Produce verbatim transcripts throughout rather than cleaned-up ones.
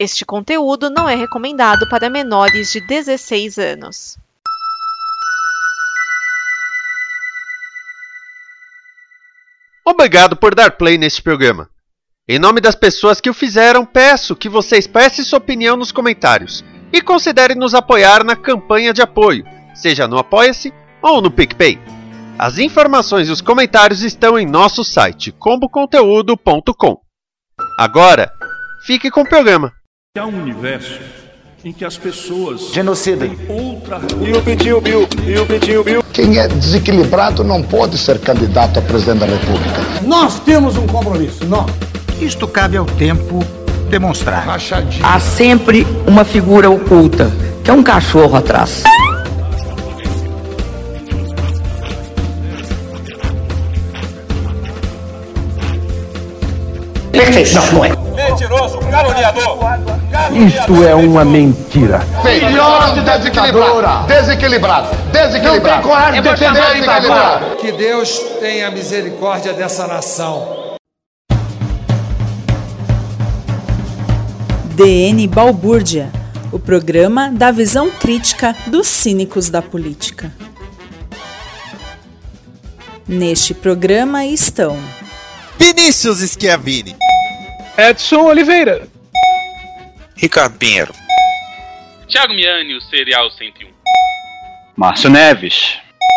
Este conteúdo não é recomendado para menores de dezesseis anos. Obrigado por dar play neste programa. Em nome das pessoas que o fizeram, peço que você expresse sua opinião nos comentários e considere nos apoiar na campanha de apoio, seja no Apoia-se ou no PicPay. As informações e os comentários estão em nosso site combo conteúdo ponto com. Agora, fique com o programa. Há um universo em que as pessoas genocida têm outra... E o Pitinho Bill, e o Pitinho Bill. Quem é desequilibrado não pode ser candidato a presidente da República. Nós temos um compromisso, nós. Isto cabe ao tempo demonstrar. Rachadinho. Há sempre uma figura oculta, que é um cachorro atrás. Perfeição, não é? Mentiroso, caluniador. Isto é uma mentira. Filhote desequilibrado. Desequilibrado. Desequilibrado. Não tem coragem de defender desequilibrado. Que Deus tenha misericórdia dessa nação. D N Balbúrdia, o programa da visão crítica dos cínicos da política. Neste programa estão Vinícius Schiavini, Edson Oliveira, Ricardo Pinheiro, Thiago Miani, o Serial cento e um, Márcio Neves.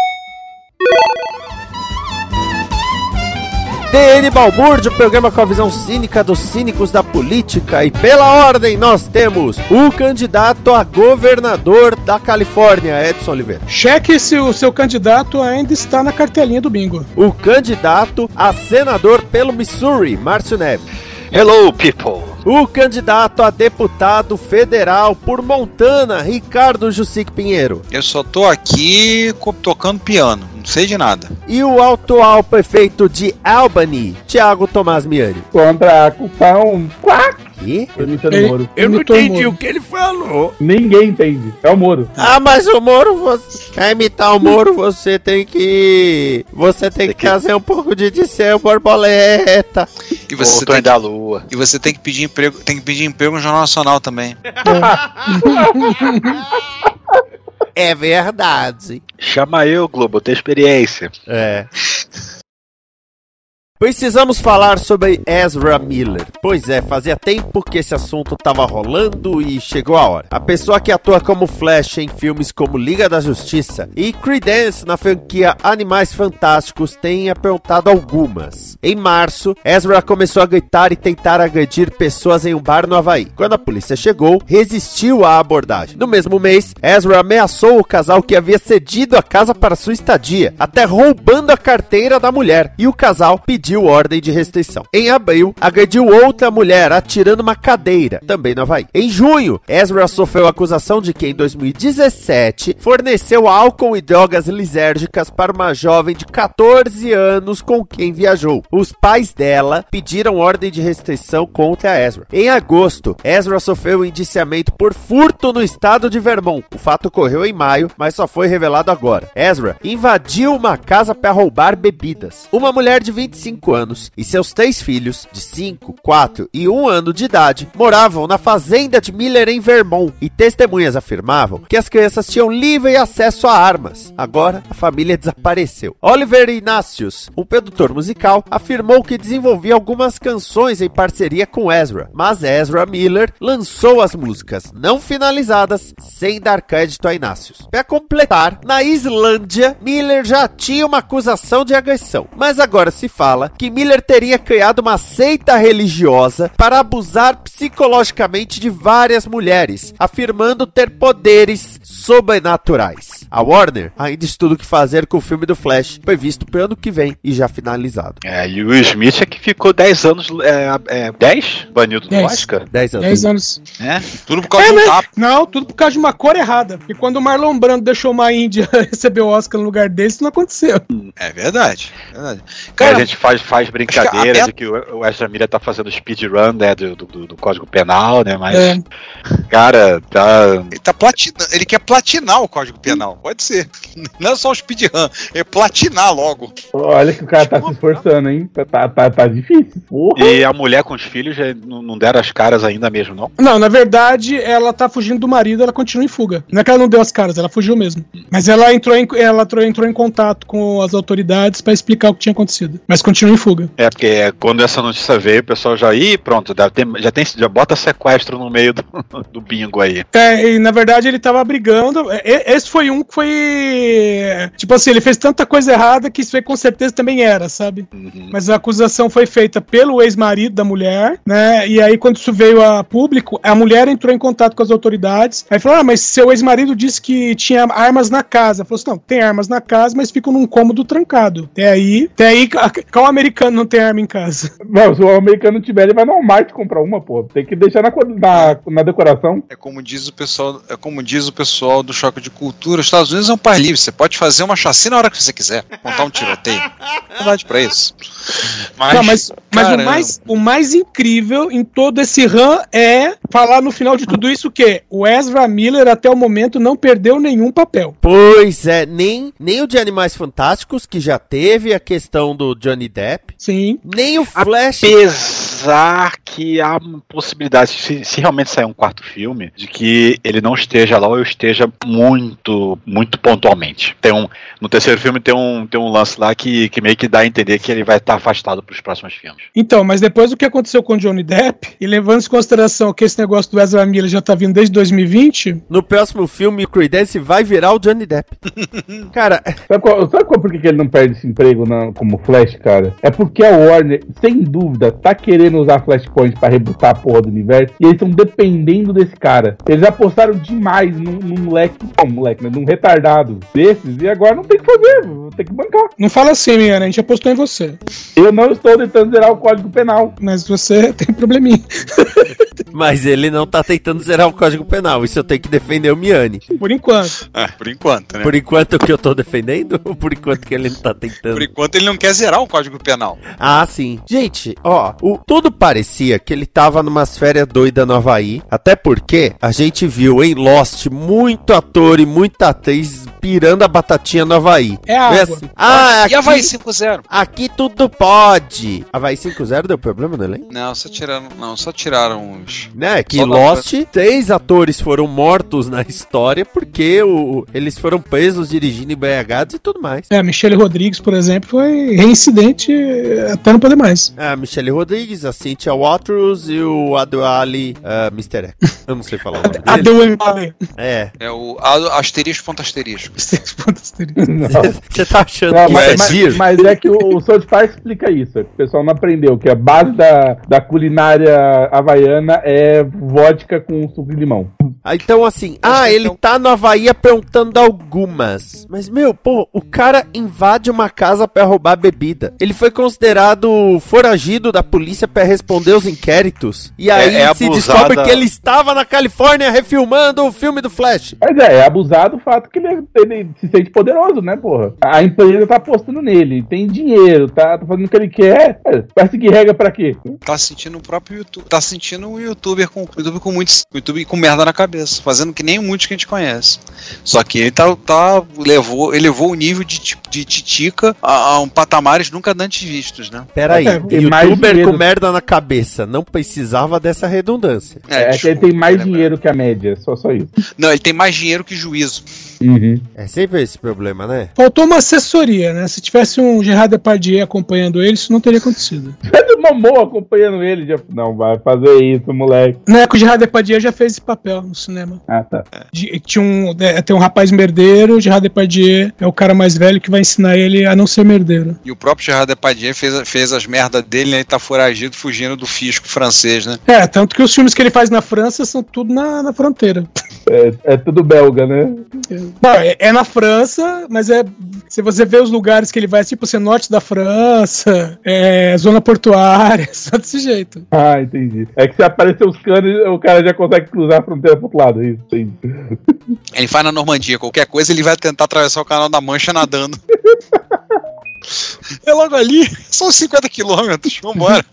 D N Balbúrdia, o programa com a visão cínica dos cínicos da política. E pela ordem nós temos o candidato a governador da Califórnia, Edson Oliveira. Cheque se o seu candidato ainda está na cartelinha do bingo. O candidato a senador pelo Missouri, Márcio Neves. Hello, people. O candidato a deputado federal por Montana, Ricardo Jussique Pinheiro. Eu só tô aqui tocando piano, não sei de nada. E o atual prefeito de Albany, Thiago Tomás Miani. Contra a cupão. Quack! Que? Imitando o Moro. Eu não entendi o que ele falou. Ninguém entende. É o Moro. Ah, mas o Moro, você quer imitar o Moro, você tem que... Você tem que fazer um pouco de Disseu Borboleta. E você, tem que... da Lua. e você tem que pedir emprego, tem que pedir emprego no Jornal Nacional também. É verdade. Chama eu, Globo, eu tenho experiência. É. Precisamos falar sobre Ezra Miller. Pois é, fazia tempo que esse assunto estava rolando e chegou a hora. A pessoa que atua como Flash em filmes como Liga da Justiça e Creedence na franquia Animais Fantásticos tem aprontado algumas. Em março, Ezra começou a gritar e tentar agredir pessoas em um bar no Havaí. Quando a polícia chegou, resistiu à abordagem. No mesmo mês, Ezra ameaçou o casal que havia cedido a casa para sua estadia, até roubando a carteira da mulher, e o casal pediu ordem de restrição. Em abril, agrediu outra mulher atirando uma cadeira, também no Havaí. Em junho, Ezra sofreu a acusação de que em dois mil e dezessete forneceu álcool e drogas lisérgicas para uma jovem de catorze anos com quem viajou. Os pais dela pediram ordem de restrição contra Ezra. Em agosto, Ezra sofreu um indiciamento por furto no estado de Vermont. O fato ocorreu em maio, mas só foi revelado agora. Ezra invadiu uma casa para roubar bebidas. Uma mulher de vinte e cinco anos e seus três filhos, de cinco, quatro e um ano de idade, moravam na fazenda de Miller em Vermont, e testemunhas afirmavam que as crianças tinham livre acesso a armas. Agora, a família desapareceu. Oliver Inácios, um produtor musical, afirmou que desenvolvia algumas canções em parceria com Ezra, mas Ezra Miller lançou as músicas não finalizadas sem dar crédito a Inácios. Para completar, na Islândia, Miller já tinha uma acusação de agressão, mas agora se fala que Miller teria criado uma seita religiosa para abusar psicologicamente de várias mulheres, afirmando ter poderes sobrenaturais. A Warner ainda estuda o que fazer com o filme do Flash, previsto para o ano que vem e já finalizado. É, e o Will Smith é que ficou dez anos, é, é, dez? Banido do Oscar? dez anos. dez anos. É, tudo por causa é, de um né? tapa. Não, tudo por causa de uma cor errada. E quando o Marlon Brando deixou uma índia receber o Oscar no lugar dele, isso não aconteceu. É verdade. É verdade. Cara, a gente faz, faz brincadeira a... de que o Ezra Miller tá fazendo speedrun, né, do, do, do Código Penal, né, mas, é. cara, tá... Ele, tá platina... ele quer platinar o Código Penal. Pode ser. Não é só o speedrun, é platinar logo. Olha que o cara tá se esforçando, hein? Tá, tá, tá difícil. Porra. E a mulher com os filhos já não, não deram as caras ainda mesmo, não? Não, na verdade, ela tá fugindo do marido, ela continua em fuga. Não é que ela não deu as caras, ela fugiu mesmo. Mas ela entrou em, ela entrou, entrou em contato com as autoridades pra explicar o que tinha acontecido. Mas continua em fuga. É, porque quando essa notícia veio, o pessoal já, ih, pronto, já tem, já, tem, já bota sequestro no meio do, do bingo aí. É, e na verdade ele tava brigando. Esse foi um que foi. Tipo assim, ele fez tanta coisa errada que isso aí com certeza também era, sabe? Uhum. Mas a acusação foi feita pelo ex-marido da mulher, né? E aí, quando isso veio a público, a mulher entrou em contato com as autoridades. Aí falou: ah, mas seu ex-marido disse que tinha armas na casa. Falou assim: não, tem armas na casa, mas ficam num cômodo trancado. Até aí, até aí, qual americano não tem arma em casa? Não, se o americano tiver, ele vai no Walmart comprar uma, pô. Tem que deixar na, na, na decoração. É como diz o pessoal, é como diz o pessoal do Choque de Cultura, os Estados Unidos é um país livre, você pode fazer uma chacina na hora que você quiser, montar um tiroteio. É verdade pra isso. Mas, não, mas, mas o, mais, o mais incrível em todo esse run é falar no final de tudo isso que o Ezra Miller até o momento não perdeu nenhum papel. Pois é, nem, nem o de Animais Fantásticos, que já teve a questão do Johnny Depp. Sim. Nem o Flash. Apesar que há possibilidade, se, se realmente sair um quarto filme, de que ele não esteja lá ou eu esteja muito, muito pontualmente. Tem um, no terceiro filme tem um, tem um lance lá que, que meio que dá a entender que ele vai estar afastado para os próximos filmes. Então, mas depois do que aconteceu com o Johnny Depp, e levando em consideração que esse negócio do Ezra Miller já tá vindo desde dois mil e vinte... No próximo filme, o Creedence vai virar o Johnny Depp. Cara... Sabe, qual, sabe qual, por que ele não perde esse emprego na, como Flash, cara? É porque a Warner, sem dúvida, tá querendo usar Flashpoint pra rebutar a porra do universo, e eles estão dependendo desse cara. Eles apostaram demais num, num moleque, não, moleque, né, num retardado desses, e agora não tem o que fazer, vou ter que bancar. Não fala assim, minha, a gente apostou em você. Eu não estou tentando zerar o Código Penal. Mas você tem probleminha. Mas ele não tá tentando zerar o Código Penal, isso eu tenho que defender o Miani. Por enquanto. É, por enquanto, né? Por enquanto que eu tô defendendo ou por enquanto que ele não tá tentando? Por enquanto ele não quer zerar o Código Penal. Ah, sim. Gente, ó, o, tudo parecia que ele tava numas férias doidas no Havaí, até porque a gente viu em Lost muito ator e muita atriz pirando a batatinha no Havaí. É água. Assim, ah, e Havaí cinco zero? Aqui tudo pode. Havaí cinco zero deu problema no elenco? Não, só tiraram, não, só tiraram os... Né, que só Lost, pra... três atores foram mortos na história porque o, eles foram presos dirigindo embriagados e tudo mais. É, a Michelle Rodrigues, por exemplo, foi reincidente até não poder mais. É, a Michelle Rodrigues, a Cynthia Waters e o Adewale uh, mister X. Eu não sei falar o nome dele. Adewale. É. É o asterisco ponto asterisco. Você tá achando não, que mas, é mas, mas é que o, o South Park explica isso. O pessoal não aprendeu que a base da, da culinária havaiana é vodka com suco de limão. Ah, então assim, ah, ele então... tá no Havaí aprontando algumas. Mas, meu, pô, o cara invade uma casa pra roubar bebida. Ele foi considerado foragido da polícia pra responder os inquéritos. E aí é, é se abusada... descobre que ele estava na Califórnia refilmando o filme do Flash. Mas é, é abusado o fato que ele, ele se sente poderoso, né, porra? A empresa tá apostando nele, tem dinheiro, tá, tá fazendo o que ele quer. É, vai seguir regra pra quê? Tá sentindo o próprio YouTube. Tá sentindo um youtuber com, YouTube com muitos. YouTube com merda na cabeça. Fazendo que nem muitos que a gente conhece. Só que ele tá, tá levou, ele levou o nível de, de titica a, a um patamares nunca antes vistos, né? Peraí, é, youtuber com merda na cabeça. Não precisava dessa redundância. É, é que ele tem mais dinheiro que a média, só, só isso. Não, ele tem mais dinheiro que juízo. Uhum. É sempre esse problema, né? Faltou uma assessoria, né? Se tivesse um Gerard Depardieu acompanhando ele, isso não teria acontecido. Você mamou acompanhando ele. Já... Não, vai fazer isso, moleque. Não é que o Gerard Depardieu já fez esse papel no cinema. Ah, tá. De, tinha um, é, tem um rapaz merdeiro, o Gerard Depardieu é o cara mais velho que vai ensinar ele a não ser merdeiro. E o próprio Gerard Depardieu fez, fez as merdas dele, né? Ele tá foragido, fugindo do fisco francês, né? É, tanto que os filmes que ele faz na França são tudo na, na fronteira. É, é tudo belga, né? Bom, é, é na França, mas é. Se você vê os lugares que ele vai, tipo, ser norte da França, é, zona portuária, só desse jeito. Ah, entendi. É que se aparecer os canos, o cara já consegue cruzar a fronteira pro outro lado, é isso, entendi. Ele faz na Normandia, qualquer coisa ele vai tentar atravessar o Canal da Mancha nadando. É logo ali, são cinquenta quilômetros, vambora.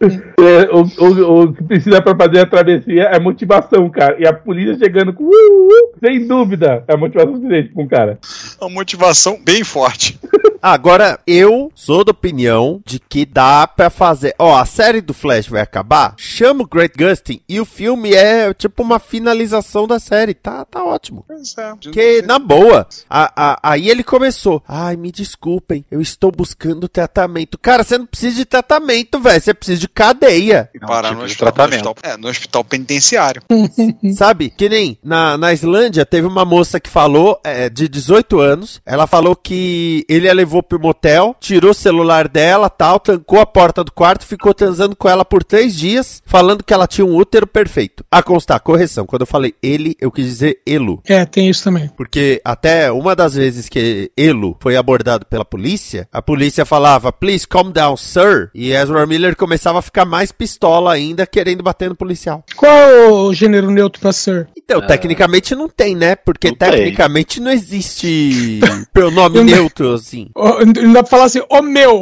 É, o, o, o que precisa pra fazer a travessia é motivação, cara. E a polícia chegando com... Uh, uh, sem dúvida, é a motivação suficiente com o cara. Uma motivação bem forte. Agora, eu sou da opinião de que dá pra fazer... Ó, a série do Flash vai acabar, chama o Grant Gustin e o filme é tipo uma finalização da série. Tá, tá ótimo. Porque, na boa, a, a, aí ele começou. Ai, me desculpem, eu estou buscando tratamento. Cara, você não precisa de tratamento, velho. Você precisa de cadeia. E parar no, hospital, tratamento. no hospital. É, no hospital penitenciário. Sabe? Que nem na, na Islândia teve uma moça que falou, é, de dezoito anos, ela falou que ele a levou pro motel, tirou o celular dela, tal, trancou a porta do quarto, ficou transando com ela por três dias, falando que ela tinha um útero perfeito. A constar, correção, quando eu falei ele, eu quis dizer Elo. É, tem isso também. Porque até uma das vezes que Elo foi abordado pela polícia, a polícia falava, please calm down, sir, e Ezra Miller começava a ficar mais pistola ainda, querendo bater no policial. Qual o gênero neutro pra sir? Então, é... tecnicamente não tem, né? Porque não tecnicamente tem. Não existe pronome neutro, assim. Não dá pra falar assim, ô meu.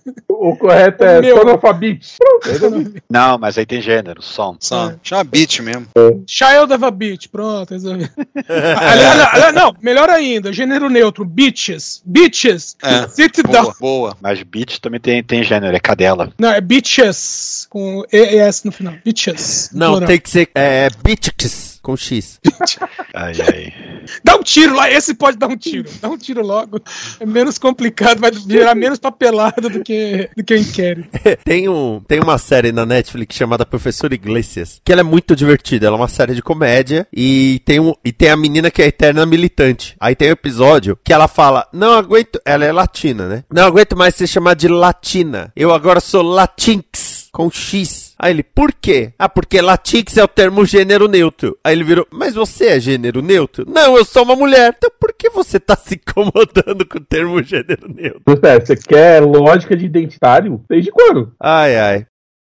O correto o é sonofabit. Não, mas aí tem gênero, som. Som. É. Chama beat mesmo. É. Child of a beat, pronto. aliás, aliás, não, melhor ainda, gênero neutro, bitches. Bitches. É. Sit boa, down. Boa. Mas beat também tem, tem gênero, é cadela. Não, é bitches, com E E S no final. Bitches. Não, plural. Tem que ser é, bitches, com X. Ai, ai. Dá um tiro lá, esse pode dar um tiro. Dá um tiro logo. É menos complicado, vai gerar menos papelada do que, do que o inquérito. tem, um, tem uma série na Netflix chamada Professor Iglesias, que ela é muito divertida. Ela é uma série de comédia e tem, um, e tem a menina que é eterna militante. Aí tem um episódio que ela fala, não aguento... Ela é latina, né? Não aguento mais ser chamada de latina. Eu agora sou latinx, com X. Aí ele, por quê? Ah, porque latinx é o termo gênero neutro. Aí ele virou, mas você é gênero neutro? Não, eu sou uma mulher. Então por que você tá se incomodando com o termo gênero neutro? Você quer lógica de identitário? Desde quando? Ai, ai.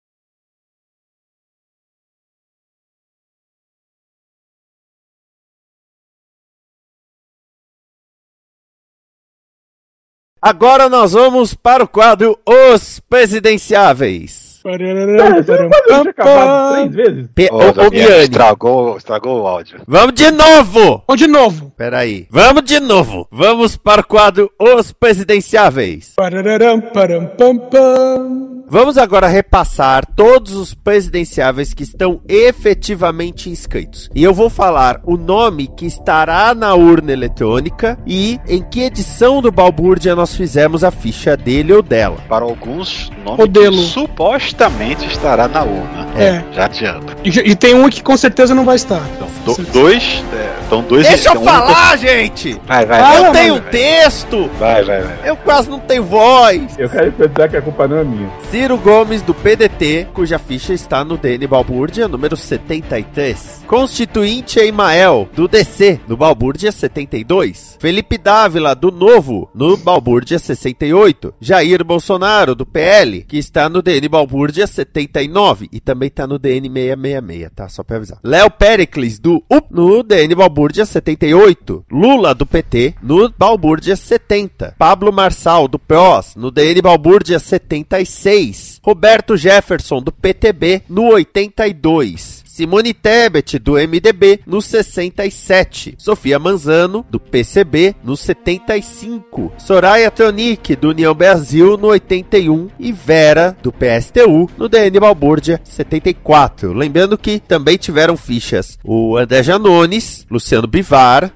Agora nós vamos para o quadro Os Presidenciáveis. Cara, você não pode acabar três vezes? P- ô, ô, Miane. Estragou, estragou o áudio. Vamos de novo! Vamos de novo. Peraí. Vamos de novo. Vamos para o quadro Os Presidenciáveis. Pararam, param, pam, pam. Vamos agora repassar todos os presidenciáveis que estão efetivamente inscritos. E eu vou falar o nome que estará na urna eletrônica e em que edição do Balbúrdia nós fizemos a ficha dele ou dela. Para alguns, o nome que supostamente estará na urna. É. Já adianta. E, e tem um que com certeza não vai estar. Então, do, dois, é, então dois... Deixa eu um falar, um... gente! Vai, vai, vai. Eu vai, tenho vai, um texto! Vai, vai, vai. Eu quase não tenho voz! Eu quero pensar que a culpa não é minha. Ciro Gomes, do P D T, cuja ficha está no D N Balbúrdia, número setenta e três. Constituinte Emael, do D C, no Balbúrdia setenta e dois. Felipe Dávila, do Novo, no Balbúrdia sessenta e oito. Jair Bolsonaro, do P L, que está no D N Balbúrdia setenta e nove. E também está no D N seiscentos e sessenta e seis, tá? Só pra avisar. Léo Pericles, do U P, no D N Balbúrdia setenta e oito. Lula, do P T, no Balbúrdia setenta. Pablo Marçal, do P R O S, no D N Balbúrdia setenta e seis. Roberto Jefferson, do P T B, no oitenta e dois. Simone Tebet, do M D B, no sessenta e sete. Sofia Manzano, do P C B, no setenta e cinco. Soraya Tronic, do União Brasil, no oitenta e um. E Vera, do P S T U, no D N Balbúrdia, setenta e quatro. Lembrando que também tiveram fichas o André Janones, Luciano Bivar,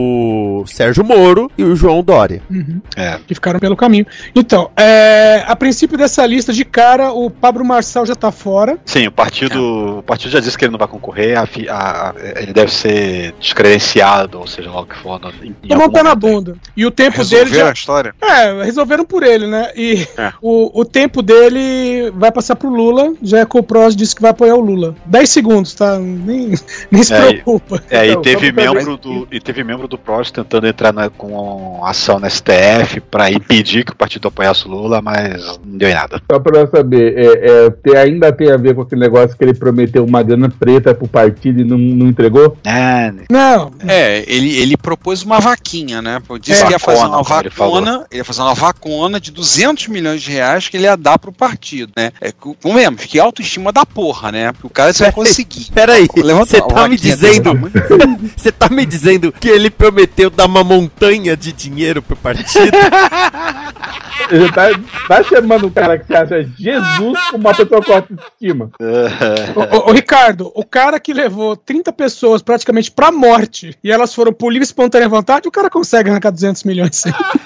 o Sérgio Moro e o João Dória. Uhum. É. Que ficaram pelo caminho. Então, é, a princípio dessa lista, de cara, o Pablo Marçal já tá fora. Sim, o partido, o partido já disse que ele não vai concorrer, a, a, a, ele deve ser descredenciado, ou seja lá o que for. No, Tomou um pé na bunda. E o tempo Resolveram dele já... a história? É, resolveram por ele, né? E é. o, o tempo dele vai passar pro Lula, já é que o Prós disse que vai apoiar o Lula. dez segundos, tá? Nem, nem se é, preocupa. É, então, e, teve membro do, e teve membro do Prós tentando entrar na, com ação na S T F pra impedir que o partido apoiasse o Lula, mas não deu em nada. Só pra eu saber, é, é, tem, ainda tem a ver com aquele negócio que ele prometeu uma grana treta pro partido e não, não entregou? É, Não. É, ele, ele propôs uma vaquinha, né? Disse É, que ia fazer vacona, uma como ele falou. vacona, ele ia fazer uma vacona de duzentos milhões de reais que ele ia dar pro partido, né? É, vamos mesmo, que autoestima da porra, né? Porque o cara vai conseguir. Peraí, Levanta você uma tá me vaquinha dizendo. desse tamanho. Você tá me dizendo que ele prometeu dar uma montanha de dinheiro pro partido? Você tá, tá chamando o cara que você acha Jesus como uma pessoa com autoestima. Ô, ô, ô, Ricardo, o cara que levou trinta pessoas praticamente pra morte e elas foram por livre e espontânea vontade, o cara consegue arrancar duzentos milhões.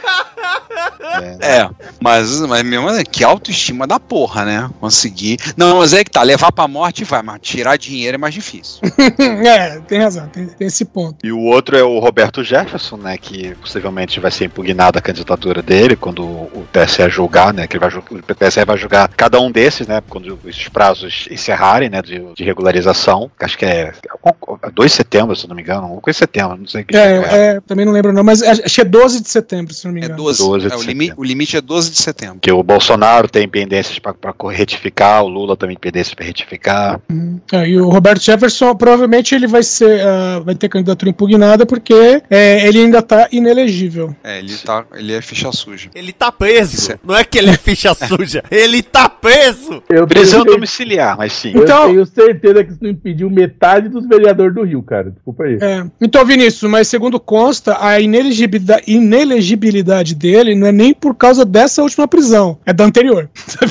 É, mas, mas mesmo assim, que autoestima da porra, né? Conseguir. Não, mas é que tá, levar pra morte vai, mas tirar dinheiro é mais difícil. É, tem razão, tem, tem esse ponto. E o outro é o Roberto Jefferson, né, que possivelmente vai ser impugnada a candidatura dele quando o T S E julgar, né, que ele vai, o T S E vai julgar cada um desses, né, quando os prazos encerrarem, né, de, de regularização, acho que é dois de setembro, se não me engano, ou coisa de setembro, não sei o que. É, é, também não lembro não, mas acho que é doze de setembro, se não me É engano. doze, doze de é, o, limi, o limite é doze de setembro. Que o Bolsonaro tem pendências para retificar, o Lula também tem pendências para retificar. Hum. É, e o Roberto Jefferson, provavelmente ele vai ser, uh, vai ter candidatura impugnada porque é, ele ainda tá inelegível. É, ele, tá, ele é ficha suja. Ele tá preso. Não é que ele é ficha suja. Ele tá preso. Eu Prisão tenho, domiciliar, mas sim. Então- eu tenho certeza que isso não impediu metade dos vereadores do Rio, cara. Desculpa aí. É. Então, Vinícius, mas segundo consta, a inelegibilidade, inelegibilidade dele não é nem por causa dessa última prisão, é da anterior.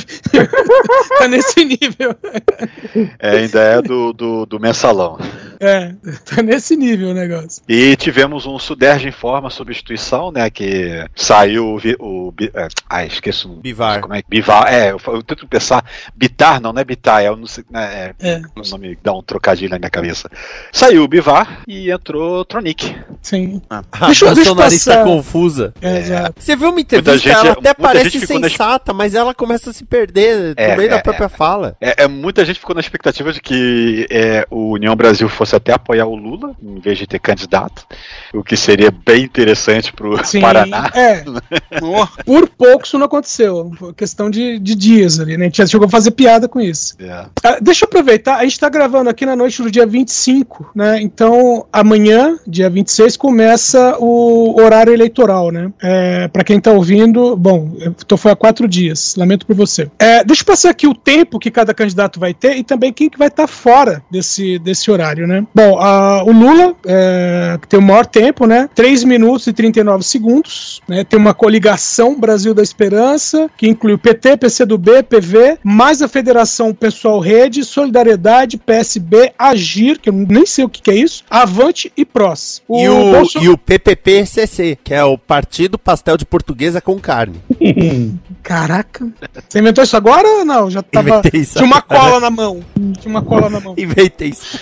Tá nesse nível. É, ainda é do, do, do mensalão. É, tá nesse nível o negócio. E tivemos um Suderge Informa substituição, né, que saiu o... vi- o bi- é, ah, esqueço. Bivar. Como é que... Bivar, é, eu, eu tento pensar, Bitar, não, não é Bitar, é, eu não sei, né, é, É. o nome dá um trocadilho na minha cabeça. Saiu o Bivar e entrou o Tronic. Sim. A Deixa eu- deixa eu bolsonarista passar- confusa. É, exato. Você viu uma Muita entrevista, gente- ela até muita parece gente ficou na- sensata, mas ela começa a se perder É, no meio é, da própria é. fala. É, é, muita gente ficou na expectativa de que é, o União Brasil fosse até apoiar o Lula, em vez de ter candidato, o que seria bem interessante pro Sim, Paraná. é. Por pouco isso não aconteceu. Foi questão de, de dias ali, né? A gente já chegou a fazer piada com isso. É. Ah, deixa eu aproveitar, a gente tá gravando aqui na noite do dia vinte e cinco, né? Então, amanhã, dia vinte e seis, começa o horário eleitoral, né? É, pra quem tá ouvindo, bom, eu tô foi há quatro dias, lamento por você. É, deixa eu passar aqui o tempo que cada candidato vai ter e também quem que vai estar fora desse, desse horário, né? Bom, a, o Lula, é, que tem o maior tempo, né? três minutos e trinta e nove segundos, né? Tem uma coligação Brasil da Esperança, que inclui o P T, P C do B, P V, mais a Federação Pessoal Rede, Solidariedade, P S B, Agir, que eu nem sei o que, que é isso, Avante e Prós. E o, Bolso- e o P P P C C, que é o Partido Pastel de Portuguesa com Carne. Caraca. Você inventou isso agora ou não? Já tava. Inventei isso Tinha uma agora. cola na mão. Tinha uma cola na mão. Inventei isso.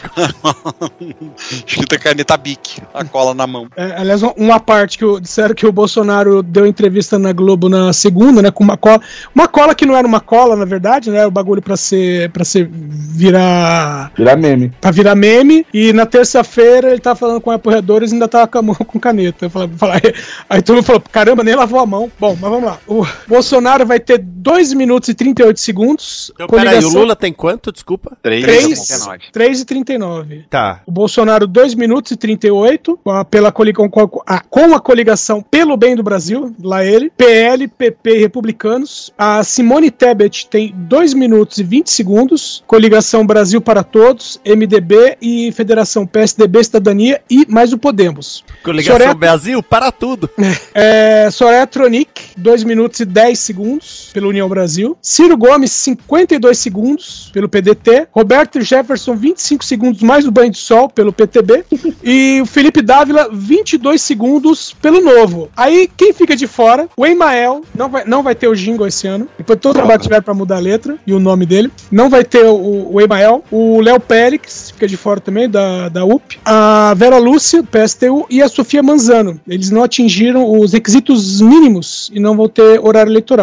Escrita caneta Bic, a cola na mão. É, aliás, um- uma parte que o, disseram que o Bolsonaro deu entrevista na Globo na segunda, né? Com uma cola. Uma cola que não era uma cola, na verdade, né? O bagulho pra ser. para ser virar. Virar meme. Pra virar meme. E na terça-feira ele tava falando com apoiadores e ainda tava com a mão com caneta. Eu falei, falei- aí todo mundo falou: caramba, nem lavou a mão. Bom, mas vamos lá. O Bolsonaro vai ter dois minutos e trinta e oito segundos. Então, peraí, o Coligação- Lula tem quanto? Desculpa. três três e trinta e nove. Tá. O Bolsonaro, dois minutos e trinta e oito, com a- pela coli- com, com- ah, com a coligação Pelo Bem do Brasil, lá ele, P L, P P e Republicanos. A Simone Tebet tem dois minutos e vinte segundos, coligação Brasil para Todos, M D B e Federação P S D B Cidadania e mais o Podemos. Coligação Soraya- Brasil, para tudo. É, Soraya Tronic, dois minutos e dez segundos, pela União Brasil. Ciro Gomes, cinquenta e dois segundos, pelo P D T. Roberto Jefferson, vinte e cinco segundos, mais o Banho de Sol, pelo P T B. E o Felipe Dávila, vinte e dois segundos, pelo Novo. Aí, quem fica de fora? O Emael, não vai, não vai ter o jingle esse ano. Depois todo o trabalho que tiver pra mudar a letra e o nome dele. Não vai ter o, o Emael. O Léo Pérez, fica de fora também, da, da U P. A Vera Lúcia, do P S T U. E a Sofia Manzano. Eles não atingiram os requisitos mínimos e não vão ter horário eleitoral.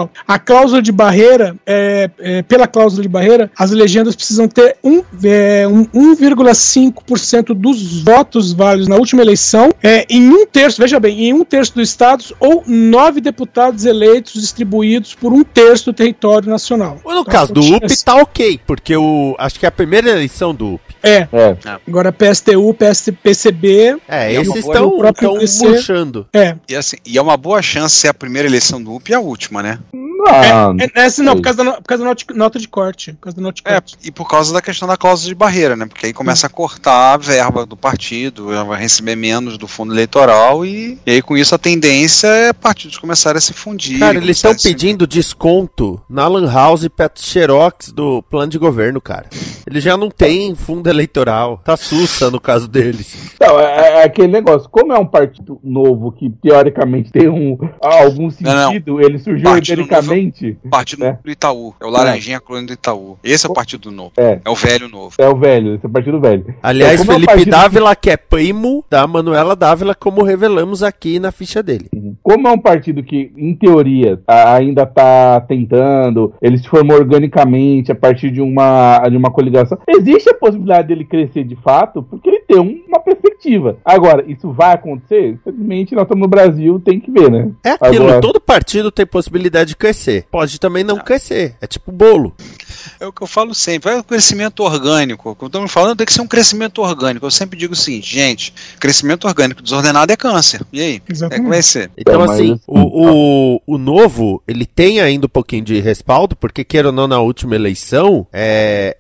Não, a cláusula de barreira, é, é, pela cláusula de barreira, as legendas precisam ter um, é, um, um vírgula cinco por cento dos votos válidos na última eleição, é, em um terço, veja bem, em um terço dos estados ou nove deputados eleitos distribuídos por um terço do território nacional. No então, caso do U P tá ok, porque o, acho que é a primeira eleição do U P. É. é. Agora P S T U, P S P C B... É, esses estão murchando. É. E, assim, e é uma boa chance ser a primeira eleição do U P e a última, né? Não, é, é, essa não, por causa da, por causa da nota, nota de corte. Por causa da nota de corte. É, e por causa da questão da cláusula de barreira, né? Porque aí começa a cortar a verba do partido, vai receber menos do fundo eleitoral e, e aí com isso a tendência é partidos começarem a se fundir. Cara, eles estão pedindo desconto na Lan House e Pet Xerox do plano de governo, cara. Eles já não têm fundo eleitoral. Tá sussa no caso deles. Não, é, é aquele negócio. Como é um partido novo que teoricamente tem um, algum sentido, não, não. ele surgiu organicamente. O partido né? do Itaú. É o Laranjinha Clone do Itaú. Esse é o partido novo. É, é o velho novo. É o velho, esse é o partido velho. Aliás, então, Felipe é um Dávila, que... que é primo da Manuela Dávila, como revelamos aqui na ficha dele. Como é um partido que, em teoria, ainda tá tentando, ele se formou organicamente a partir de uma, de uma coligação, existe a possibilidade dele crescer de fato, porque ele tem uma perspectiva. Agora, isso vai acontecer? Simplesmente nós estamos no Brasil, tem que ver, né? É aquilo, Agora... todo partido tem possibilidade de crescer. Pode também não, não. crescer. É tipo bolo. É o que eu falo sempre. É o crescimento orgânico. Como estamos falando, tem que ser um crescimento orgânico. Eu sempre digo o seguinte, gente, crescimento orgânico desordenado é câncer. E aí? Exatamente. É que vai ser. Então, então assim, mas... o, o, o novo, ele tem ainda um pouquinho de respaldo, porque, queira ou não, na última eleição, é,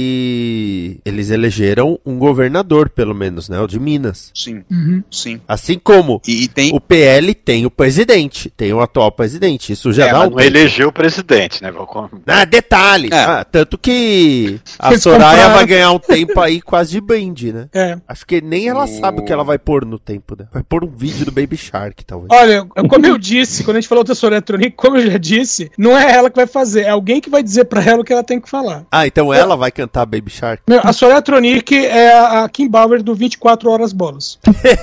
ele, eles elegeram um governador, pelo menos, né? O de Minas. Sim. Uhum. Sim. Assim como e, e tem... o P L tem o presidente, tem o atual presidente. Isso já é, dá um elegeu o presidente, né? Ah, detalhe! É. Ah, tanto que a Soraya vai ganhar um tempo aí quase de brinde, né? É. Acho que nem ela sabe o que ela vai pôr no tempo, né? Vai pôr um vídeo do Baby Shark, talvez. Olha, como eu disse, quando a gente falou da Soraya Tronic, como eu já disse, não é ela que vai fazer, é alguém que vai dizer pra ela o que ela tem que falar. Ah, então ela vai cantar Baby Shark? Meu, a Soraya Tronic é a Kim Bauer do vinte e quatro horas bolas.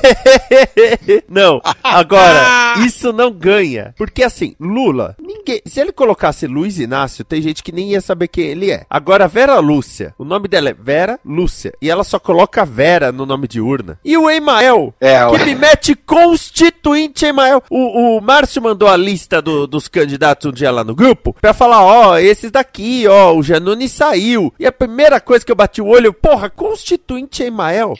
Não, agora, isso não ganha. Porque assim, Lula, ninguém. Se ele colocasse Luiz Inácio, tem gente que nem ia saber quem ele é. Agora, Vera Lúcia, o nome dela é Vera Lúcia. E ela só coloca Vera no nome de urna. E o Emael, é, que me mete constituinte Emael. O, o Márcio mandou a lista do, dos candidatos um dia lá no grupo pra falar, ó, oh, esses daqui, ó, oh, o Janone saiu. E a primeira coisa que eu bati o olho, porra, constituinte Emael.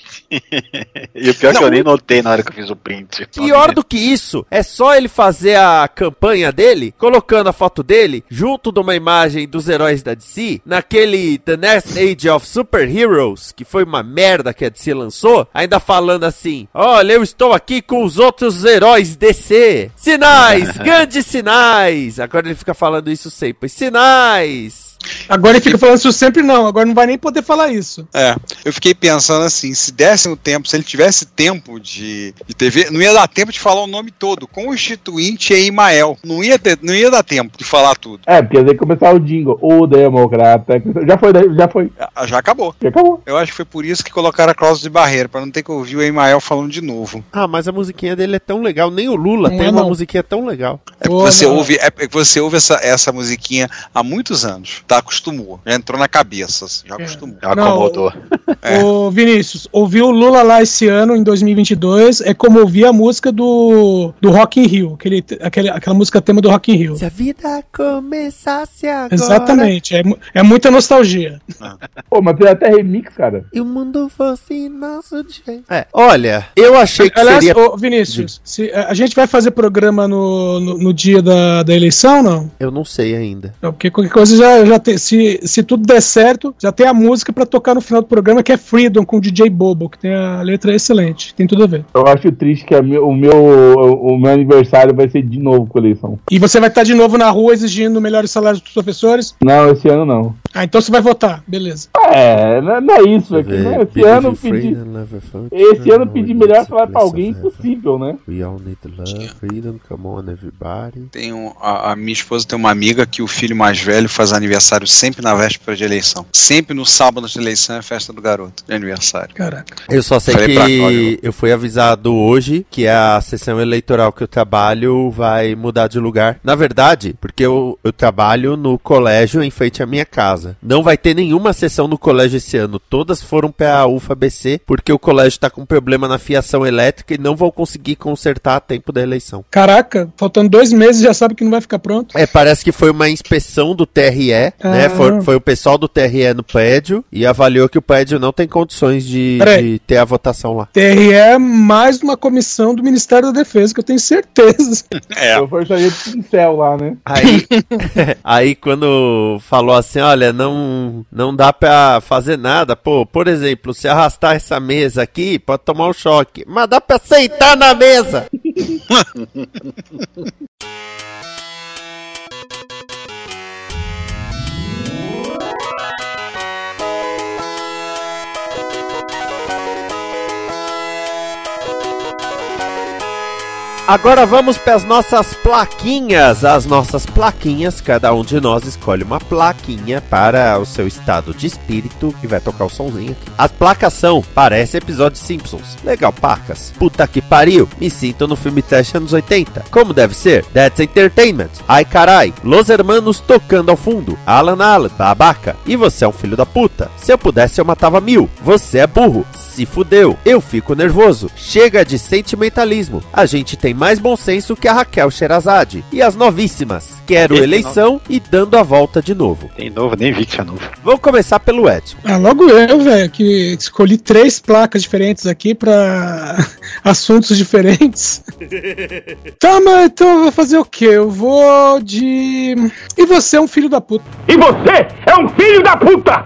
E o pior não, que eu nem notei na hora que eu fiz o print. Pior do que isso, é só ele fazer a campanha dele, colocando a foto dele, junto de uma imagem dos heróis da D C, naquele The Next Age of Super Heroes, que foi uma merda que a D C lançou, ainda falando assim, olha, eu estou aqui com os outros heróis D C. Sinais, grandes sinais. Agora ele fica falando isso sempre. Sinais. Agora ele fica falando isso sempre não, agora não vai nem poder falar isso. É, eu fiquei pensando assim, se desse um tempo, se ele tivesse tempo de, de T V, não ia dar tempo de falar o nome todo, Constituinte e Imael, não ia, ter, não ia dar tempo de falar tudo. É, porque ia começar o jingle, o democrata, já foi, já foi. Já, já acabou. Já acabou. Eu acho que foi por isso que colocaram a cláusula de barreira, pra não ter que ouvir o Imael falando de novo. Ah, mas a musiquinha dele é tão legal, nem o Lula não tem é uma não. musiquinha tão legal. É que você ouve, é que você ouve essa, essa musiquinha há muitos anos, tá? Acostumou, já entrou na cabeça, já é. acostumou. Já acomodou. É. Ô, Vinícius, ouvir o Lula lá esse ano, em dois mil e vinte e dois, é como ouvir a música do, do Rock in Rio, aquele, aquele, aquela música tema do Rock in Rio. Se a vida começasse agora... Exatamente, é, é muita nostalgia. Pô, mas tem até remix, cara. E o mundo fosse nosso jeito. É, olha, eu achei que Aliás, seria... Ô, Vinícius, se, a gente vai fazer programa no, no, no dia da, da eleição, não? Eu não sei ainda. Não, porque qualquer coisa já, já tem... Se, se tudo der certo, já tem a música pra tocar no final do programa, que é Freedom, com o D J Bobo, que tem a letra excelente, tem tudo a ver. Eu acho triste que a meu, o, meu, o, o meu aniversário vai ser de novo com a eleição. E você vai estar de novo na rua exigindo melhores salários dos professores? Não, esse ano não. Ah, então você vai votar, beleza. É, não é isso aqui, né? Esse ano pedir... Esse ano pedir melhor salário pra alguém é impossível, né? We all need love, freedom, come on everybody. Tem um, a, a minha esposa tem uma amiga que o filho mais velho faz aniversário aniversário sempre na véspera de eleição. Sempre no sábado de eleição é a festa do garoto de aniversário. Caraca. Eu só sei Falei que eu fui avisado hoje que a sessão eleitoral que eu trabalho vai mudar de lugar. Na verdade, porque eu, eu trabalho no colégio em frente à minha casa. Não vai ter nenhuma sessão no colégio esse ano. Todas foram para a U F A B C porque o colégio está com problema na fiação elétrica e não vão conseguir consertar a tempo da eleição. Caraca, faltando dois meses já sabe que não vai ficar pronto. É, parece que foi uma inspeção do T R E, ah. né? Foi, foi o pessoal do T R E no prédio e avaliou que o prédio não tem condições de, de ter a votação lá. T R E é mais uma comissão do Ministério da Defesa, que eu tenho certeza. É. Eu forçaria de pincel lá, né? Aí, aí quando falou assim, olha, não, não dá pra fazer nada, pô, por exemplo, se arrastar essa mesa aqui, pode tomar um choque, mas dá pra sentar na mesa. Agora vamos para as nossas plaquinhas. As nossas plaquinhas, cada um de nós escolhe uma plaquinha para o seu estado de espírito e vai tocar o somzinho aqui. As placas são, parece episódio Simpsons. Legal, pacas. Puta que pariu. Me sinto no filme trash anos oitenta. Como deve ser? That's Entertainment. Ai carai. Los Hermanos tocando ao fundo. Alan Alan, babaca. E você é um filho da puta. Se eu pudesse eu matava mil. Você é burro. Se fudeu. Eu fico nervoso. Chega de sentimentalismo. A gente tem mais bom senso que a Raquel Sherazade. E as novíssimas. Quero Esse eleição novo. E dando a volta de novo. Tem novo, nem vi que tinha novo. Vamos começar pelo Edson. Ah, logo eu, velho, que escolhi três placas diferentes aqui pra assuntos diferentes. Tá, mas então eu vou fazer o quê? Eu vou de... E você é um filho da puta. E você é um filho da puta!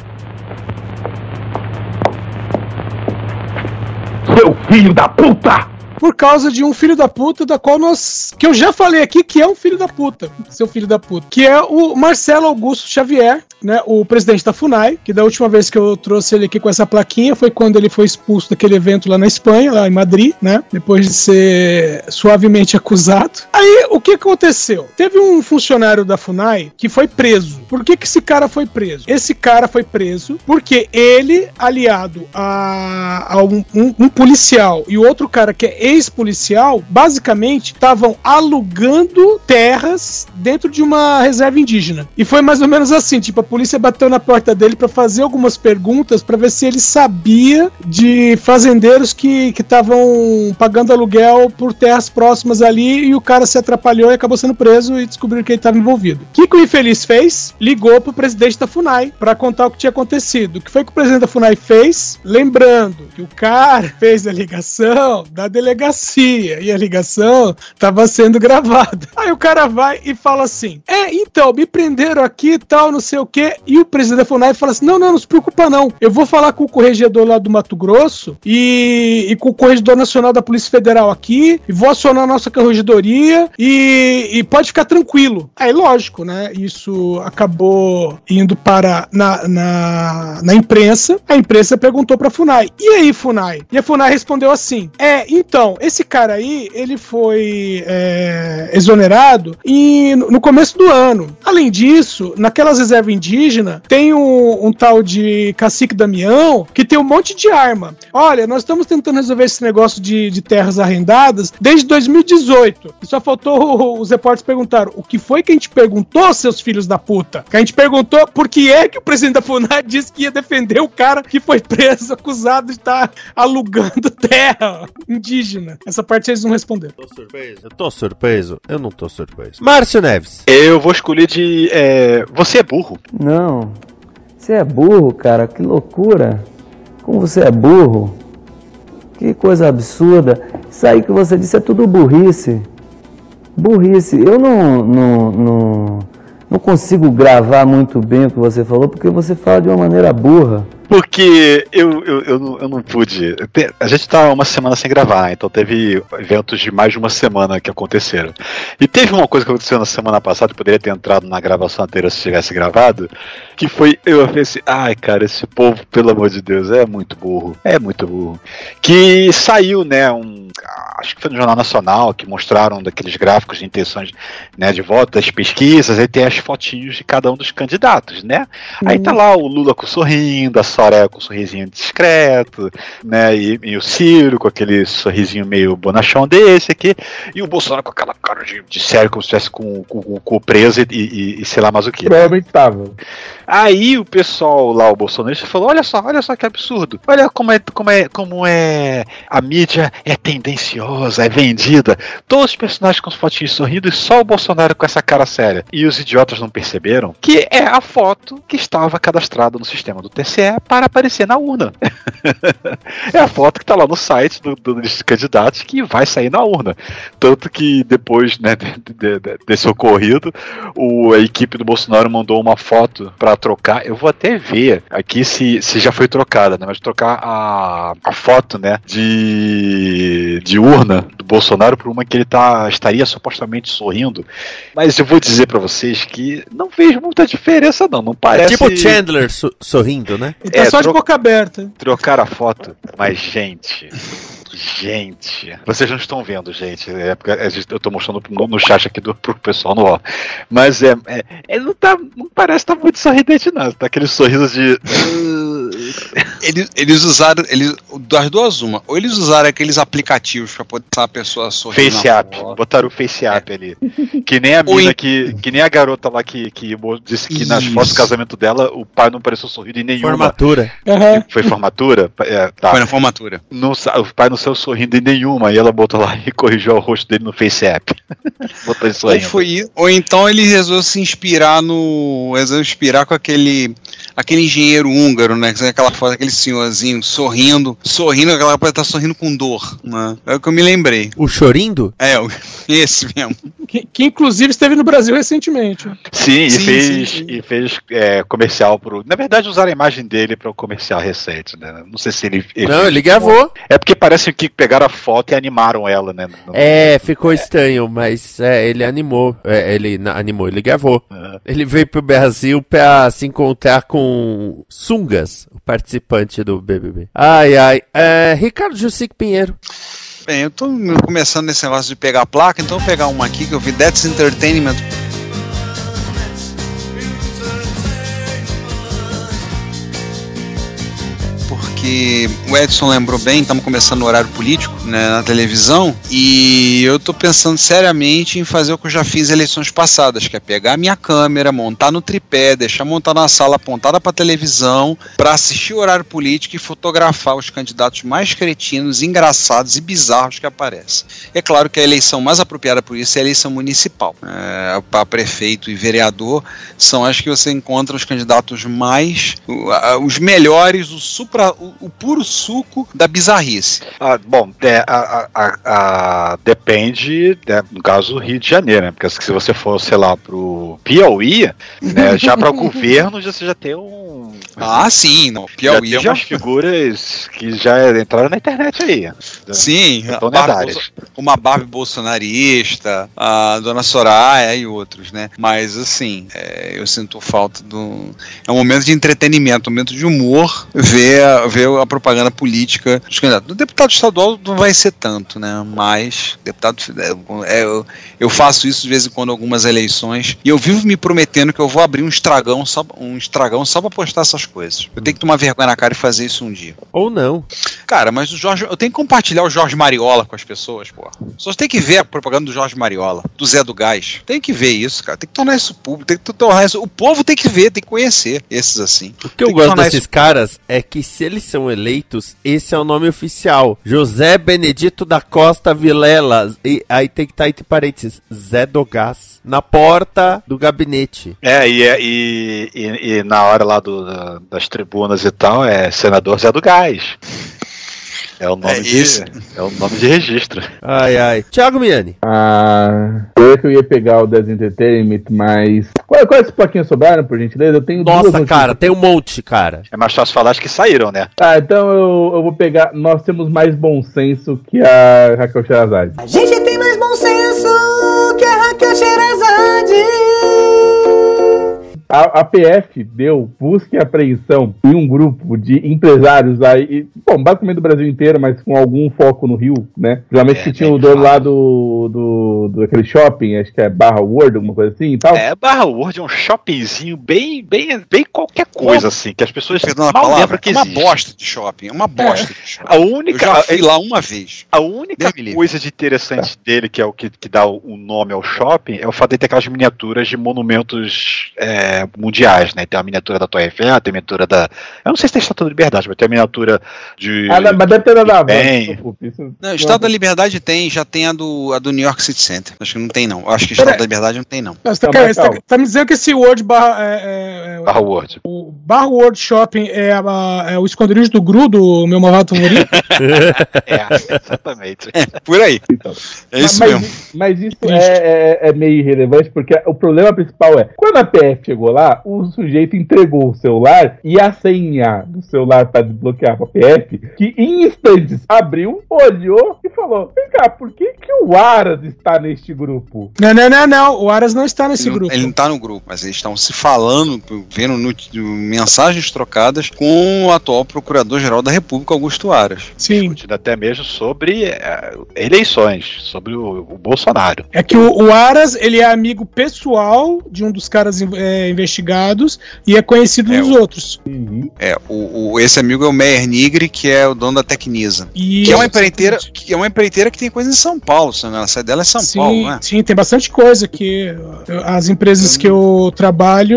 Seu filho da puta! Por causa de um filho da puta da qual nós... Que eu já falei aqui que é um filho da puta. Seu filho da puta. Que é o Marcelo Augusto Xavier, né? O presidente da FUNAI. Que da última vez que eu trouxe ele aqui com essa plaquinha foi quando ele foi expulso daquele evento lá na Espanha, lá em Madrid, né? Depois de ser suavemente acusado. Aí, o que aconteceu? Teve um funcionário da FUNAI que foi preso. Por que que esse cara foi preso? Esse cara foi preso porque ele, aliado a, a um, um, um policial e o outro cara que é ex-policial, basicamente estavam alugando terras dentro de uma reserva indígena. E foi mais ou menos assim, tipo, a polícia bateu na porta dele para fazer algumas perguntas para ver se ele sabia de fazendeiros que estavam pagando aluguel por terras próximas ali, e o cara se atrapalhou e acabou sendo preso e descobriram que ele estava envolvido. O que, que o infeliz fez? Ligou pro presidente da FUNAI para contar o que tinha acontecido. O que foi que o presidente da FUNAI fez? Lembrando que o cara fez a ligação da delegacia e a ligação estava sendo gravada. Aí o cara vai e fala assim, é, então, me prenderam aqui e tal, não sei o que, e o presidente da FUNAI fala assim, não, não, não se preocupa não, eu vou falar com o corregedor lá do Mato Grosso e, e com o corregedor nacional da Polícia Federal aqui, e vou acionar a nossa corregedoria e, e pode ficar tranquilo. Aí, lógico, né, isso acabou indo para na, na, na imprensa, a imprensa perguntou pra FUNAI, e aí, FUNAI? E a FUNAI respondeu assim, é, então, esse cara aí, ele foi é, exonerado e, no começo do ano. Além disso, naquelas reservas indígenas, tem um, um tal de Cacique Damião que tem um monte de arma. Olha, nós estamos tentando resolver esse negócio de, de terras arrendadas desde dois mil e dezoito. E só faltou, os repórteres perguntaram, o que foi que a gente perguntou, seus filhos da puta? Que a gente perguntou por que é que o presidente da FUNAI disse que ia defender o cara que foi preso, acusado de estar alugando terra indígena. Essa parte eles não responderam. Tô surpreso. Eu tô surpreso? Eu não tô surpreso. Márcio Neves. Eu vou escolher de... É... Você é burro? Não. Você é burro, cara. Que loucura. Como você é burro. Que coisa absurda. Isso aí que você disse é tudo burrice. Burrice. Eu não, não, não, não consigo gravar muito bem o que você falou, porque você fala de uma maneira burra. Porque eu, eu, eu, não, eu não pude. A gente tá uma semana sem gravar, então teve eventos de mais de uma semana que aconteceram. E teve uma coisa que aconteceu na semana passada, que poderia ter entrado na gravação anterior se tivesse gravado, que foi, eu pensei, ai cara, esse povo, pelo amor de Deus, é muito burro. É muito burro. Que saiu, né, um, acho que foi no Jornal Nacional, que mostraram daqueles gráficos de intenções, né, de voto, das pesquisas, aí tem as fotinhos de cada um dos candidatos, né? Uhum. Aí tá lá o Lula com sorrindo, a Soraya com um sorrisinho discreto, né, e, e o Ciro com aquele sorrisinho meio bonachão desse aqui, e o Bolsonaro com aquela cara de, de sério, como se estivesse com, com, com o preso e, e, e sei lá mais o que. Provavelmente tava. Aí o pessoal lá, o bolsonarista, falou, olha só, olha só que absurdo, olha como é, como é, como é, a mídia é tendenciosa, é vendida, todos os personagens com os fotinhos sorrindo e só o Bolsonaro com essa cara séria. E os idiotas não perceberam que é a foto que estava cadastrada no sistema do T C E para aparecer na urna. É a foto que está lá no site do, do, dos candidatos que vai sair na urna. Tanto que depois, né, de, de, de, desse ocorrido, o, a equipe do Bolsonaro mandou uma foto para trocar. Eu vou até ver aqui se, se já foi trocada, né? Mas trocar a, a foto, né, de, de urna do Bolsonaro por uma que ele tá, estaria supostamente sorrindo. Mas eu vou dizer para vocês que não vejo muita diferença, não. Não parece. É tipo Chandler so, sorrindo, né? Ele tá é, só de boca aberta. Trocar a foto. Mas, gente. Gente, vocês não estão vendo, gente. É porque eu tô mostrando no, no chat aqui do, pro pessoal no ó. Mas é, é, é não, tá, não parece estar tá muito sorridente, não. Tá aquele sorriso de. Eles, eles usaram. Eles, das duas, uma. Ou eles usaram aqueles aplicativos pra poder a pessoa sorrir. Face App. Botaram o Face App é. ali. Que nem a mina, em... que, que nem a garota lá que, que disse que Isso. nas fotos do casamento dela o pai não pareceu sorrindo em nenhuma. Formatura. Uhum. Foi formatura? É, tá. Foi na formatura. No, o pai não saiu sorrindo em nenhuma. E ela botou lá e corrigiu o rosto dele no Face App. Botou ele sorrindo. Ou, foi, ou então ele resolveu se inspirar no. Resolveu inspirar com aquele. Aquele engenheiro húngaro, né? Aquela foto, aquele senhorzinho sorrindo, sorrindo, aquela pode estar sorrindo com dor, né? É o que eu me lembrei. O Chorindo? É, esse mesmo. Que, que inclusive esteve no Brasil recentemente. Sim, sim e fez, sim, sim. E fez é, comercial pro. Na verdade, usaram a imagem dele para o comercial recente, né? Não sei se ele. ele Não, ele gravou. É porque parece que pegaram a foto e animaram ela, né? No... É, ficou é. estranho, mas é, ele animou. É, ele na, animou, ele gravou. Uhum. Ele veio pro Brasil para se encontrar com Sungas, o participante do B B B. Ai, ai. É, Ricardo Jussique Pinheiro. Bem, eu tô começando nesse negócio de pegar a placa, então eu vou pegar uma aqui que eu vi, That's Entertainment. Porque o Edson lembrou bem, estamos começando o horário político, né, na televisão, e eu tô pensando seriamente em fazer o que eu já fiz em eleições passadas, que é pegar a minha câmera, montar no tripé, deixar montar na sala apontada para televisão, para assistir o horário político e fotografar os candidatos mais cretinos, engraçados e bizarros que aparecem. É claro que a eleição mais apropriada por isso é a eleição municipal. É, para prefeito e vereador são as que você encontra os candidatos mais, os melhores, o supra O, o puro suco da bizarrice. Ah, bom, é, a, a, a, depende, né, no caso, Rio de Janeiro, né? Porque se você for, sei lá, pro Piauí, né, já para o governo, já, você já tem um... Ah, sim, não. Piauí já tem já... umas figuras que já entraram na internet aí. Sim, Barbie, uma Barbie bolsonarista, a Dona Soraya e outros, né? Mas, assim, é, eu sinto falta do... É um momento de entretenimento, um momento de humor, ver a, ver a propaganda política dos candidatos. Do deputado estadual não vai ser tanto, né? Mas, deputado... É, eu, eu faço isso de vez em quando em algumas eleições e eu vivo me prometendo que eu vou abrir um estragão só, um estragão só pra postar essas coisas. Eu tenho que tomar vergonha na cara e fazer isso um dia. Ou não. Cara, mas o Jorge... Eu tenho que compartilhar o Jorge Mariola com as pessoas, pô. Só tem que ver a propaganda do Jorge Mariola, do Zé do Gás. Tem que ver isso, cara. Tem que tornar isso público. Tem que tornar isso... O povo tem que ver, tem que conhecer esses assim. O que eu gosto desses isso... caras é que se eles são eleitos, esse é o nome oficial. José Benedito da Costa Vilela. E aí tem que estar entre parênteses, Zé do Gás, na porta do gabinete. É, e, e, e, e na hora lá do, das tribunas e tal, é senador Zé do Gás. É o nome, é de, é o nome de registro. Ai, ai. Thiago Miani. Ah, eu que eu ia pegar o Desentertainment, Entertainment, mas... Quais qual plaquinhas sobraram, por gentileza? Eu tenho Nossa, duas cara, tem um monte, cara. É mais fácil falar, acho que saíram, né? Tá, então eu, eu vou pegar... Nós temos mais bom senso que a Raquel Sherazade. A gente tem mais bom senso que a Raquel Sherazade. A, a P F deu busca e apreensão em um grupo de empresários aí, bom, basicamente do Brasil inteiro, mas com algum foco no Rio, né? Geralmente é, que tinha o dono lá do, do, do aquele shopping, acho que é Barra World, alguma coisa assim e tal. É, Barra World é um shoppingzinho bem, bem, bem qualquer coisa, assim, que as pessoas Perdão a palavra, que é uma bosta de shopping, é uma bosta de shopping. A única, eu já fui lá uma vez. A única coisa de interessante dele, que é o que, que dá o, o nome ao shopping, é o fato de ter aquelas miniaturas de monumentos é, mundiais, né? Tem a miniatura da Torre Eiffel, tem a miniatura da... Eu não sei se tem a Estátua da Liberdade, mas tem a miniatura de... Ah, não, mas deve ter nada a ver. Não, o Estátua da Liberdade tem, já tem a do, a do New York City Center. Acho que não tem, não. Acho que a Estátua da Liberdade não tem, não. Não, você tá, cara, você tá, tá me dizendo que esse World Barra... É, é, Barra World. O Barra World Shopping é, a, é o esconderijo do Gru, do meu malvado favorito? É, exatamente. É, por aí. Então, é isso mas, mesmo. Mas isso é, é, é meio irrelevante, porque o problema principal é, quando a P F chegou lá, o sujeito entregou o celular e a senha do celular para desbloquear pra P F, que em instantes abriu, olhou e falou, vem cá, por que que o Aras está neste grupo? Não, não, não, não, o Aras não está nesse ele grupo. Não, ele não está no grupo, mas eles estão se falando, vendo no, no, mensagens trocadas com o atual Procurador-Geral da República, Augusto Aras. Sim. Discutindo até mesmo sobre é, eleições, sobre o, o Bolsonaro. É que o, o Aras, ele é amigo pessoal de um dos caras é, investigados e é conhecido é, dos o, outros. Uhum. É, o, o, esse amigo é o Meyer Nigri, que é o dono da Tecnisa. Isso, que é uma empreiteira que é uma empreiteira que tem coisa em São Paulo, a sede dela é São sim, Paulo, né? Sim, tem bastante coisa que as empresas que eu trabalho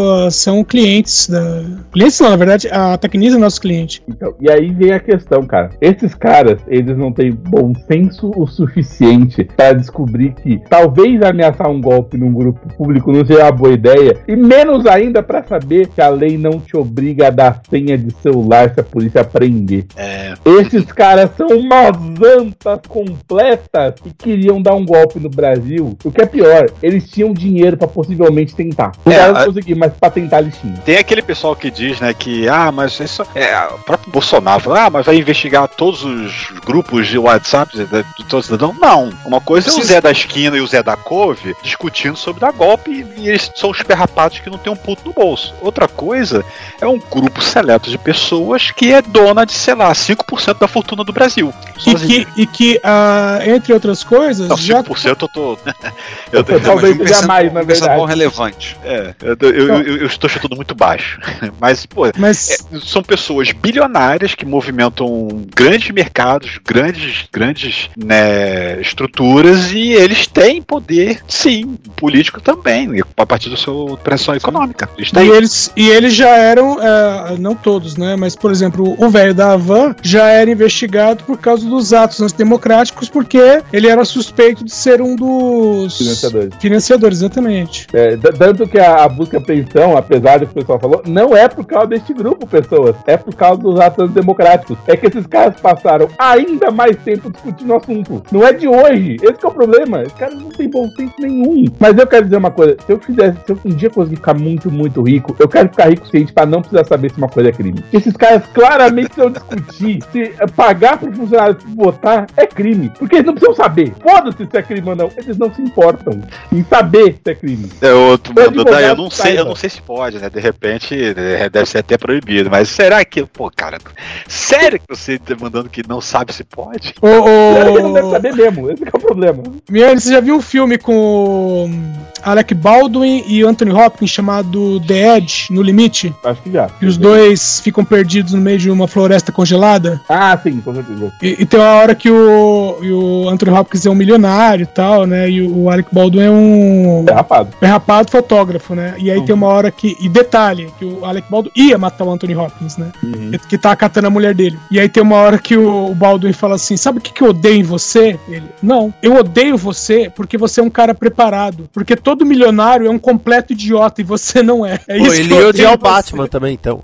são clientes da... Clientes não, na verdade, a Tecnisa é nosso cliente. Então, e aí vem a questão, cara. Esses caras, eles não têm bom senso o suficiente para descobrir que talvez ameaçar um golpe num grupo público não seja uma boa ideia, e menos ainda para saber que a lei não te obriga a dar senha de celular se a polícia prender. É. Esses caras são umas antas completas que queriam dar um golpe no Brasil. O que é pior, eles tinham dinheiro para possivelmente tentar. Não é, não conseguir, mas para tentar eles tinham. Tem aquele pessoal que diz, né, que ah, mas isso é o próprio Bolsonaro fala, ah, mas vai investigar todos os grupos de WhatsApp de, de, de todos os cidadãos? Não. Uma coisa é o Zé da esquina e o Zé da couve discutindo sobre dar golpe e, e eles são os perrapatos que não tem um puto no bolso. Outra coisa é um grupo seleto de pessoas que é dona de, sei lá, cinco por cento da fortuna do Brasil. E que, e que uh, entre outras coisas... Não, cinco por cento já... eu tô... eu tô talvez seja mais, na verdade. relevante. É, eu, eu, eu, eu, eu estou chutando muito baixo. Mas, pô, Mas... É, são pessoas bilionárias que movimentam grandes mercados, grandes, grandes né, estruturas, e eles têm poder, sim, político também, a partir da sua pressão econômica. Eles e, eles, e eles já eram, é, não todos, né, mas, por exemplo, o velho da Havan já era investigado por causa dos atos antidemocráticos, porque ele era suspeito de ser um dos financiadores. Financiadores, exatamente. É, tanto que a, a busca e apreensão, apesar do que o pessoal falou, não é por causa deste grupo, pessoas, é por causa dos atos antidemocráticos. É que esses caras passaram ainda mais tempo discutindo o assunto. Não é de hoje. Esse que é o problema. Esses caras não têm bom senso nenhum. Mas eu quero dizer uma coisa. Se eu fizesse, se eu um dia conseguir ficar muito, muito rico, eu quero ficar rico o suficiente pra não precisar saber se uma coisa é crime. Esses caras claramente precisam discutir se pagar pro funcionário votar é crime. Porque eles não precisam saber. Foda-se se é crime ou não. Eles não se importam em saber se é crime. É outro, mano, daí eu não sei, eu não sei se pode, né? De repente deve ser até proibido. Mas será que, pô, cara, sério que você tá mandando que não sabe se pode? Ô, ô... Sério que não deve saber mesmo. Esse é o problema. Miane, você já viu um filme com Alec Baldwin e Anthony Hopkins chamado The Edge, No Limite? Acho que já. E os dois ficam perdidos no meio de uma floresta congelada? Ah, sim, com certeza. E, e tem uma hora que o, e o Anthony Hopkins é um milionário e tal, né? E o Alec Baldwin é um... Derrapado. Derrapado fotógrafo, né? E aí uhum. tem uma hora que... E detalhe, que o Alec Baldwin ia matar o Anthony Hopkins, né? Uhum. Que, que tá acatando a mulher dele. E aí tem uma hora que o, o Baldwin fala assim, sabe o que, que eu odeio em você? Ele, não, eu odeio você porque você é um cara preparado. Porque todo milionário é um completo idiota e você não é. É Pô, isso ele que eu odeia o Batman também, então.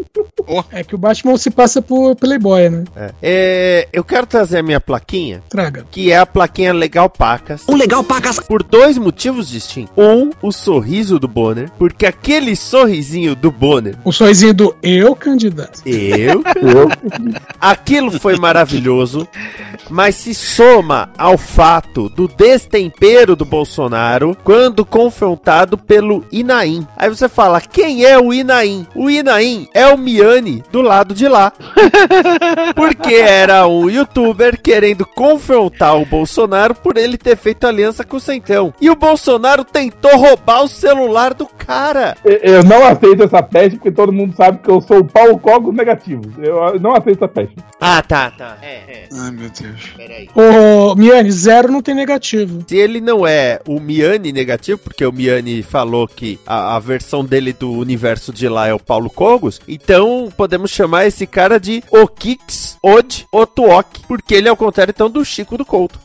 É que o Batman se passa por Playboy, né? É. É, eu quero trazer a minha plaquinha. Traga. Que é a plaquinha Legal Pacas. Um Legal Pacas. Por dois motivos distintos. Um, o sorriso do Bonner. Porque aquele sorrisinho do Bonner. O sorrisinho do eu, candidato. Eu? eu. Aquilo foi maravilhoso. Mas se soma ao fato do destempero do Bolsonaro quando sendo confrontado pelo Inaim. Aí você fala, quem é o Inaim? O Inaim é o Miani do lado de lá. Porque era um youtuber querendo confrontar o Bolsonaro por ele ter feito aliança com o Centrão. E o Bolsonaro tentou roubar o celular do cara. Eu não aceito essa peste porque todo mundo sabe que eu sou o Paulo Cogos negativo. Eu não aceito essa peste. Ah, tá, tá. É, é. Ai, meu Deus. Peraí. Ô, Miani, zero não tem negativo. Se ele não é o Miani negativo, porque o Miani falou que a, a versão dele do universo de lá é o Paulo Cogos, então podemos chamar esse cara de Okix Od Otuok, porque ele é o contrário então do Chico do Couto.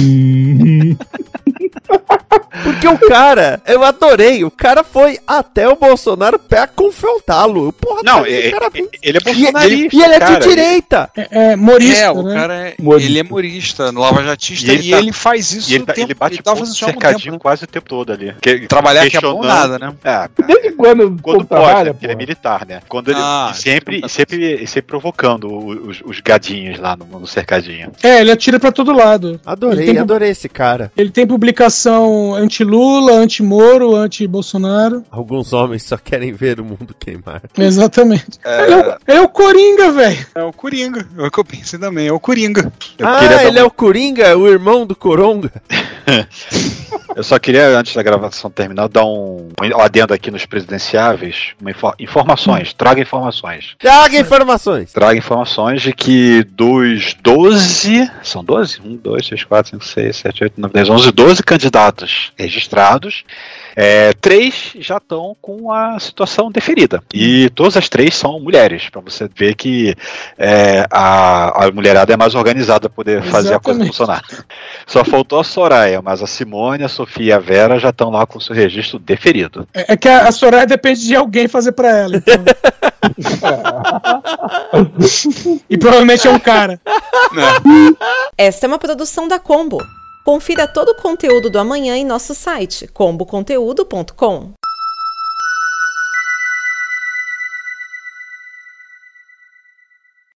Porque o cara, eu adorei, o cara foi até o Bolsonaro pra confrontá-lo. Porra, não, tá, é, cara... ele é bolsonarista. E, e ele é cara, de direita. É, é morista, É, o né? cara é, Morista. ele é morista, no lavajatista, E e ele ele, tá- faz isso E ele, o tá, tempo, ele bate ele tá ponto fazendo isso há algum cercadinho tempo, né? quase o tempo todo ali. Que, Trabalhar que é bom questionando- nada, né? É, Desde quando, quando trabalha, pode, né? Porque ele é porra? militar, né? Quando ele, Ah, e sempre, então e tá sempre, e sempre provocando os, os gadinhos lá no, no cercadinho. É, ele atira pra todo lado. Adorei, Ele tem- adorei esse cara. Ele tem publicação anti-Lula, anti-Moro, anti-Bolsonaro. Alguns homens só querem ver o mundo queimar. Exatamente. É. Ele, é o, ele é o Coringa, velho. É o Coringa, é o que eu pensei também, é o Coringa. Eu ah, queria dar ele uma- é o Coringa, o irmão do Coronga. Eu só queria, antes da gravação terminar, dar um, um adendo aqui nos presidenciáveis. Uma info- informações, traga informações. Traga informações. Traga informações de que dos doze. São doze? um, dois, três, quatro, cinco, seis, sete, oito, nove, dez, onze, doze candidatos registrados. É, três já estão com a situação deferida. E todas as três são mulheres, para você ver que é, a, a mulherada é mais organizada para poder fazer a coisa Exatamente. funcionar. Só faltou a Soraya, mas a Simone, a Sofia e a Vera já estão lá com o seu registro deferido. É, é que a, a Soraya depende de alguém fazer pra ela, então. E provavelmente é um cara. Esta é uma produção da Combo. Confira todo o conteúdo do amanhã em nosso site combo conteúdo ponto com.